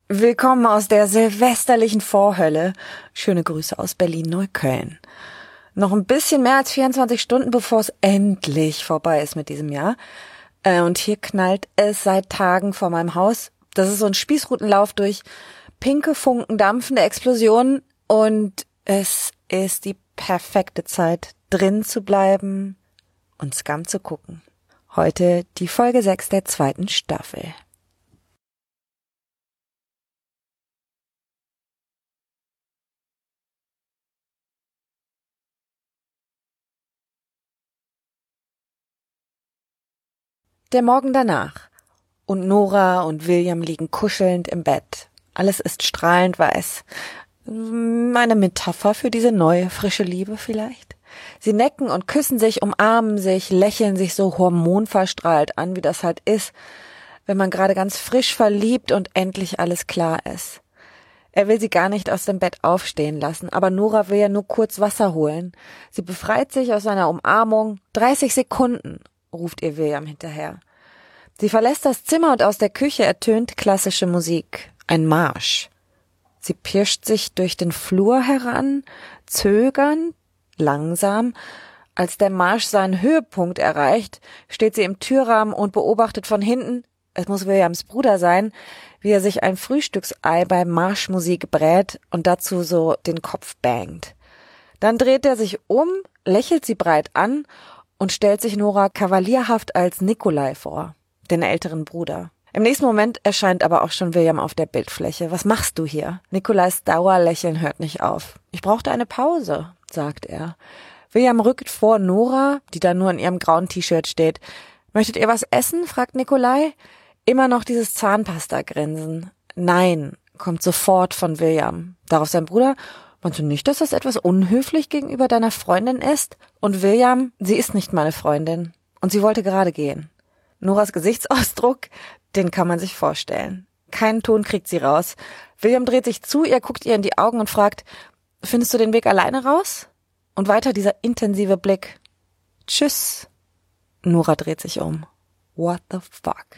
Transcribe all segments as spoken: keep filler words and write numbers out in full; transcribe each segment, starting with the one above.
Willkommen aus der silvesterlichen Vorhölle. Schöne Grüße aus Berlin-Neukölln. Noch ein bisschen mehr als vierundzwanzig Stunden, bevor es endlich vorbei ist mit diesem Jahr. Äh, und hier knallt es seit Tagen vor meinem Haus. Das ist so ein Spießrutenlauf durch pinke Funken, dampfende Explosionen. Und es ist die perfekte Zeit, drin zu bleiben und Scum zu gucken. Heute die Folge sechs der zweiten Staffel. Der Morgen danach. Und Nora und William liegen kuschelnd im Bett. Alles ist strahlend weiß. Eine Metapher für diese neue, frische Liebe vielleicht? Sie necken und küssen sich, umarmen sich, lächeln sich so hormonverstrahlt an, wie das halt ist, wenn man gerade ganz frisch verliebt und endlich alles klar ist. Er will sie gar nicht aus dem Bett aufstehen lassen, aber Nora will ja nur kurz Wasser holen. Sie befreit sich aus seiner Umarmung. Dreißig Sekunden, ruft ihr William hinterher. Sie verlässt das Zimmer und aus der Küche ertönt klassische Musik. Ein Marsch. Sie pirscht sich durch den Flur heran, zögernd, langsam. Als der Marsch seinen Höhepunkt erreicht, steht sie im Türrahmen und beobachtet von hinten, es muss Williams Bruder sein, wie er sich ein Frühstücksei bei Marschmusik brät und dazu so den Kopf bangt. Dann dreht er sich um, lächelt sie breit an und stellt sich Nora kavalierhaft als Nikolai vor, den älteren Bruder. Im nächsten Moment erscheint aber auch schon William auf der Bildfläche. Was machst du hier? Nikolais Dauerlächeln hört nicht auf. Ich brauchte eine Pause, sagt er. William rückt vor Nora, die da nur in ihrem grauen T-Shirt steht. Möchtet ihr was essen? Fragt Nikolai. Immer noch dieses Zahnpasta-Grinsen. Nein, kommt sofort von William. Darauf sein Bruder: Meinst du nicht, dass das etwas unhöflich gegenüber deiner Freundin ist? Und William: Sie ist nicht meine Freundin. Und sie wollte gerade gehen. Noras Gesichtsausdruck, den kann man sich vorstellen. Keinen Ton kriegt sie raus. William dreht sich zu ihr, guckt ihr in die Augen und fragt: Findest du den Weg alleine raus? Und weiter dieser intensive Blick. Tschüss. Nora dreht sich um. What the fuck?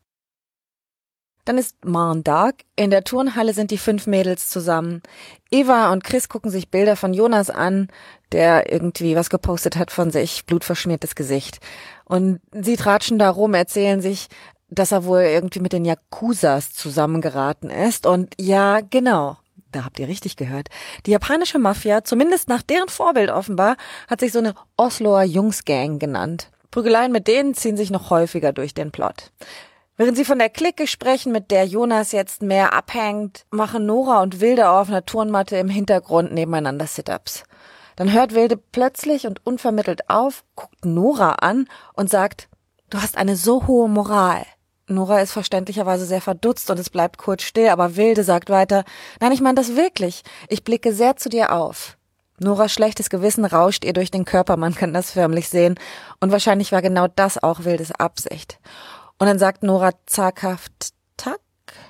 Dann ist Montag. In der Turnhalle sind die fünf Mädels zusammen. Eva und Chris gucken sich Bilder von Jonas an, der irgendwie was gepostet hat von sich, blutverschmiertes Gesicht. Und sie tratschen da rum, erzählen sich, dass er wohl irgendwie mit den Yakuzas zusammengeraten ist. Und ja, genau, da habt ihr richtig gehört. Die japanische Mafia, zumindest nach deren Vorbild offenbar, hat sich so eine Osloer Jungsgang genannt. Prügeleien mit denen ziehen sich noch häufiger durch den Plot. Während sie von der Clique sprechen, mit der Jonas jetzt mehr abhängt, machen Nora und Wilde auf einer Turnmatte im Hintergrund nebeneinander Sit-Ups. Dann hört Wilde plötzlich und unvermittelt auf, guckt Nora an und sagt: Du hast eine so hohe Moral. Nora ist verständlicherweise sehr verdutzt und es bleibt kurz still, aber Wilde sagt weiter: Nein, ich meine das wirklich. Ich blicke sehr zu dir auf. Noras schlechtes Gewissen rauscht ihr durch den Körper, man kann das förmlich sehen. Und wahrscheinlich war genau das auch Wildes Absicht. Und dann sagt Nora zaghaft: Tack.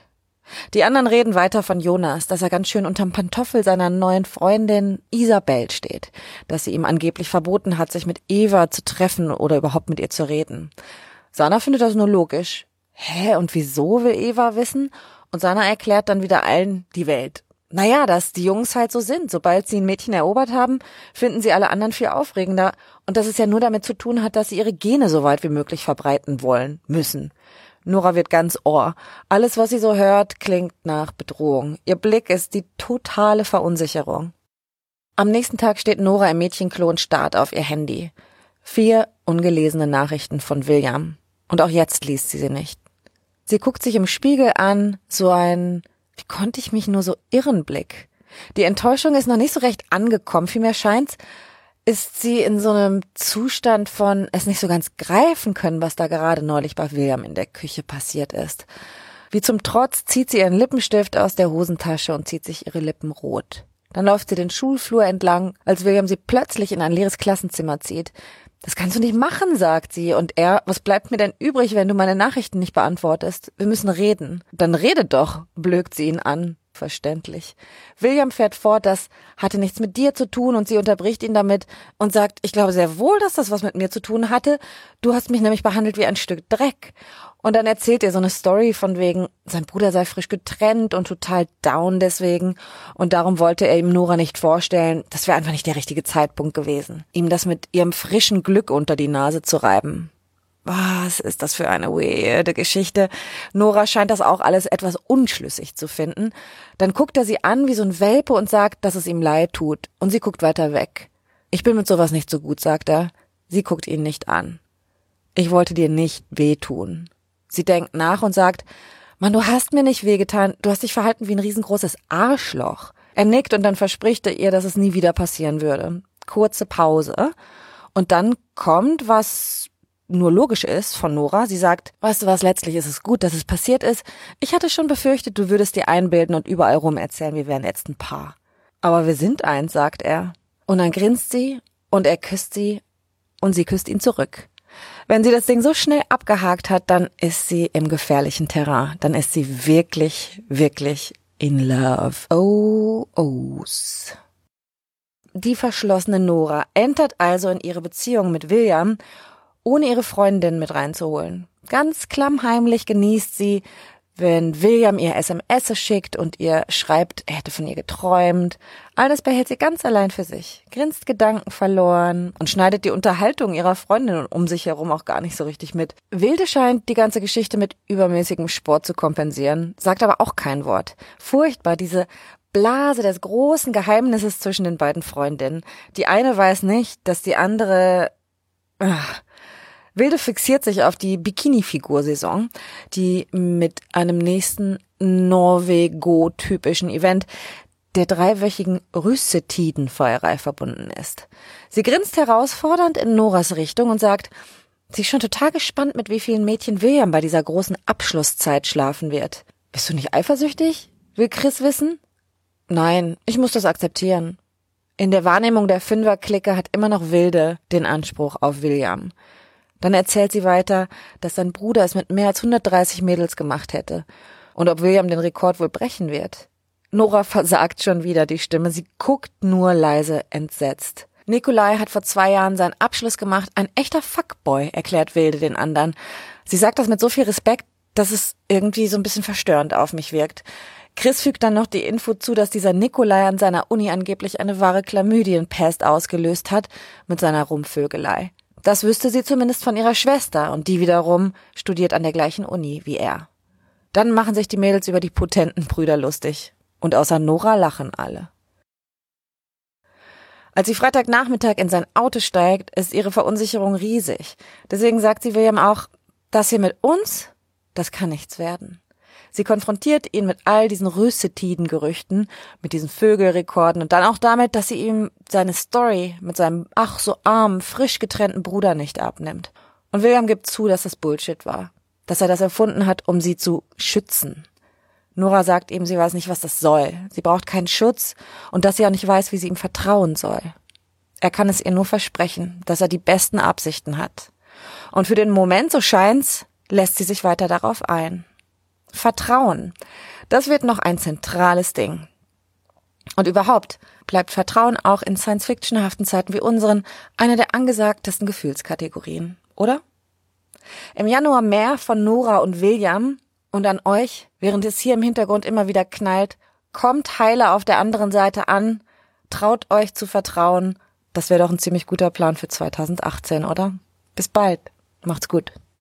Die anderen reden weiter von Jonas, dass er ganz schön unterm Pantoffel seiner neuen Freundin Isabel steht, dass sie ihm angeblich verboten hat, sich mit Eva zu treffen oder überhaupt mit ihr zu reden. Sana findet das nur logisch. Hä, und wieso will Eva wissen? Und Sana erklärt dann wieder allen die Welt. Naja, dass die Jungs halt so sind. Sobald sie ein Mädchen erobert haben, finden sie alle anderen viel aufregender. Und dass es ja nur damit zu tun hat, dass sie ihre Gene so weit wie möglich verbreiten wollen, müssen. Nora wird ganz Ohr. Alles, was sie so hört, klingt nach Bedrohung. Ihr Blick ist die totale Verunsicherung. Am nächsten Tag steht Nora im Mädchenklo und starrt auf ihr Handy. Vier ungelesene Nachrichten von William. Und auch jetzt liest sie sie nicht. Sie guckt sich im Spiegel an, so ein: Wie konnte ich mich nur so irren Blick? Die Enttäuschung ist noch nicht so recht angekommen. Vielmehr scheint's, ist sie in so einem Zustand von es nicht so ganz greifen können, was da gerade neulich bei William in der Küche passiert ist. Wie zum Trotz zieht sie ihren Lippenstift aus der Hosentasche und zieht sich ihre Lippen rot. Dann läuft sie den Schulflur entlang, als William sie plötzlich in ein leeres Klassenzimmer zieht. Das kannst du nicht machen, sagt sie. Und er: Was bleibt mir denn übrig, wenn du meine Nachrichten nicht beantwortest? Wir müssen reden. Dann rede doch, blökt sie ihn an. Verständlich. William fährt fort, das hatte nichts mit dir zu tun und sie unterbricht ihn damit und sagt, ich glaube sehr wohl, dass das was mit mir zu tun hatte. Du hast mich nämlich behandelt wie ein Stück Dreck. Und dann erzählt er so eine Story von wegen, sein Bruder sei frisch getrennt und total down deswegen. Und darum wollte er ihm Nora nicht vorstellen. Das wäre einfach nicht der richtige Zeitpunkt gewesen, ihm das mit ihrem frischen Glück unter die Nase zu reiben. Was ist das für eine weirde Geschichte? Nora scheint das auch alles etwas unschlüssig zu finden. Dann guckt er sie an wie so ein Welpe und sagt, dass es ihm leid tut. Und sie guckt weiter weg. Ich bin mit sowas nicht so gut, sagt er. Sie guckt ihn nicht an. Ich wollte dir nicht wehtun. Sie denkt nach und sagt, Mann, du hast mir nicht wehgetan. Du hast dich verhalten wie ein riesengroßes Arschloch. Er nickt und dann verspricht er ihr, dass es nie wieder passieren würde. Kurze Pause. Und dann kommt, was nur logisch ist, von Nora. Sie sagt, weißt du was, letztlich ist es gut, dass es passiert ist. Ich hatte schon befürchtet, du würdest dir einbilden und überall rum erzählen, wir wären jetzt ein Paar. Aber wir sind eins, sagt er. Und dann grinst sie und er küsst sie und sie küsst ihn zurück. Wenn sie das Ding so schnell abgehakt hat, dann ist sie im gefährlichen Terrain. Dann ist sie wirklich, wirklich in love. Oh, ohs. Die verschlossene Nora entert also in ihre Beziehung mit William, ohne ihre Freundin mit reinzuholen. Ganz klammheimlich genießt sie, wenn William ihr S M S schickt und ihr schreibt, er hätte von ihr geträumt. All das behält sie ganz allein für sich, grinst gedankenverloren und schneidet die Unterhaltung ihrer Freundin um sich herum auch gar nicht so richtig mit. Wilde scheint die ganze Geschichte mit übermäßigem Sport zu kompensieren, sagt aber auch kein Wort. Furchtbar, diese Blase des großen Geheimnisses zwischen den beiden Freundinnen. Die eine weiß nicht, dass die andere... Ach, Wilde fixiert sich auf die Bikini-Figur-Saison, die mit einem nächsten Norwego-typischen Event der dreiwöchigen Rüssetidenfeierei verbunden ist. Sie grinst herausfordernd in Noras Richtung und sagt, sie ist schon total gespannt, mit wie vielen Mädchen William bei dieser großen Abschlusszeit schlafen wird. Bist du nicht eifersüchtig? Will Chris wissen? Nein, ich muss das akzeptieren. In der Wahrnehmung der Fünfer-Clique hat immer noch Wilde den Anspruch auf William. Dann erzählt sie weiter, dass sein Bruder es mit mehr als hundertdreißig Mädels gemacht hätte und ob William den Rekord wohl brechen wird. Nora versagt schon wieder die Stimme, sie guckt nur leise entsetzt. Nikolai hat vor zwei Jahren seinen Abschluss gemacht, ein echter Fuckboy, erklärt Wilde den anderen. Sie sagt das mit so viel Respekt, dass es irgendwie so ein bisschen verstörend auf mich wirkt. Chris fügt dann noch die Info zu, dass dieser Nikolai an seiner Uni angeblich eine wahre Chlamydienpest ausgelöst hat mit seiner Rumvögelei. Das wüsste sie zumindest von ihrer Schwester und die wiederum studiert an der gleichen Uni wie er. Dann machen sich die Mädels über die potenten Brüder lustig. Und außer Nora lachen alle. Als sie Freitagnachmittag in sein Auto steigt, ist ihre Verunsicherung riesig. Deswegen sagt sie William auch, das hier mit uns, das kann nichts werden. Sie konfrontiert ihn mit all diesen Rüssetiden-Gerüchten, mit diesen Vögelrekorden und dann auch damit, dass sie ihm seine Story mit seinem ach so armen, frisch getrennten Bruder nicht abnimmt. Und William gibt zu, dass das Bullshit war, dass er das erfunden hat, um sie zu schützen. Nora sagt ihm, sie weiß nicht, was das soll. Sie braucht keinen Schutz und dass sie auch nicht weiß, wie sie ihm vertrauen soll. Er kann es ihr nur versprechen, dass er die besten Absichten hat. Und für den Moment, so scheint's, lässt sie sich weiter darauf ein. Vertrauen, das wird noch ein zentrales Ding. Und überhaupt bleibt Vertrauen auch in Science-Fiction-haften Zeiten wie unseren eine der angesagtesten Gefühlskategorien, oder? Im Januar mehr von Nora und William und an euch, während es hier im Hintergrund immer wieder knallt, kommt heile auf der anderen Seite an, traut euch zu vertrauen. Das wäre doch ein ziemlich guter Plan für zweitausendachtzehn, oder? Bis bald, macht's gut.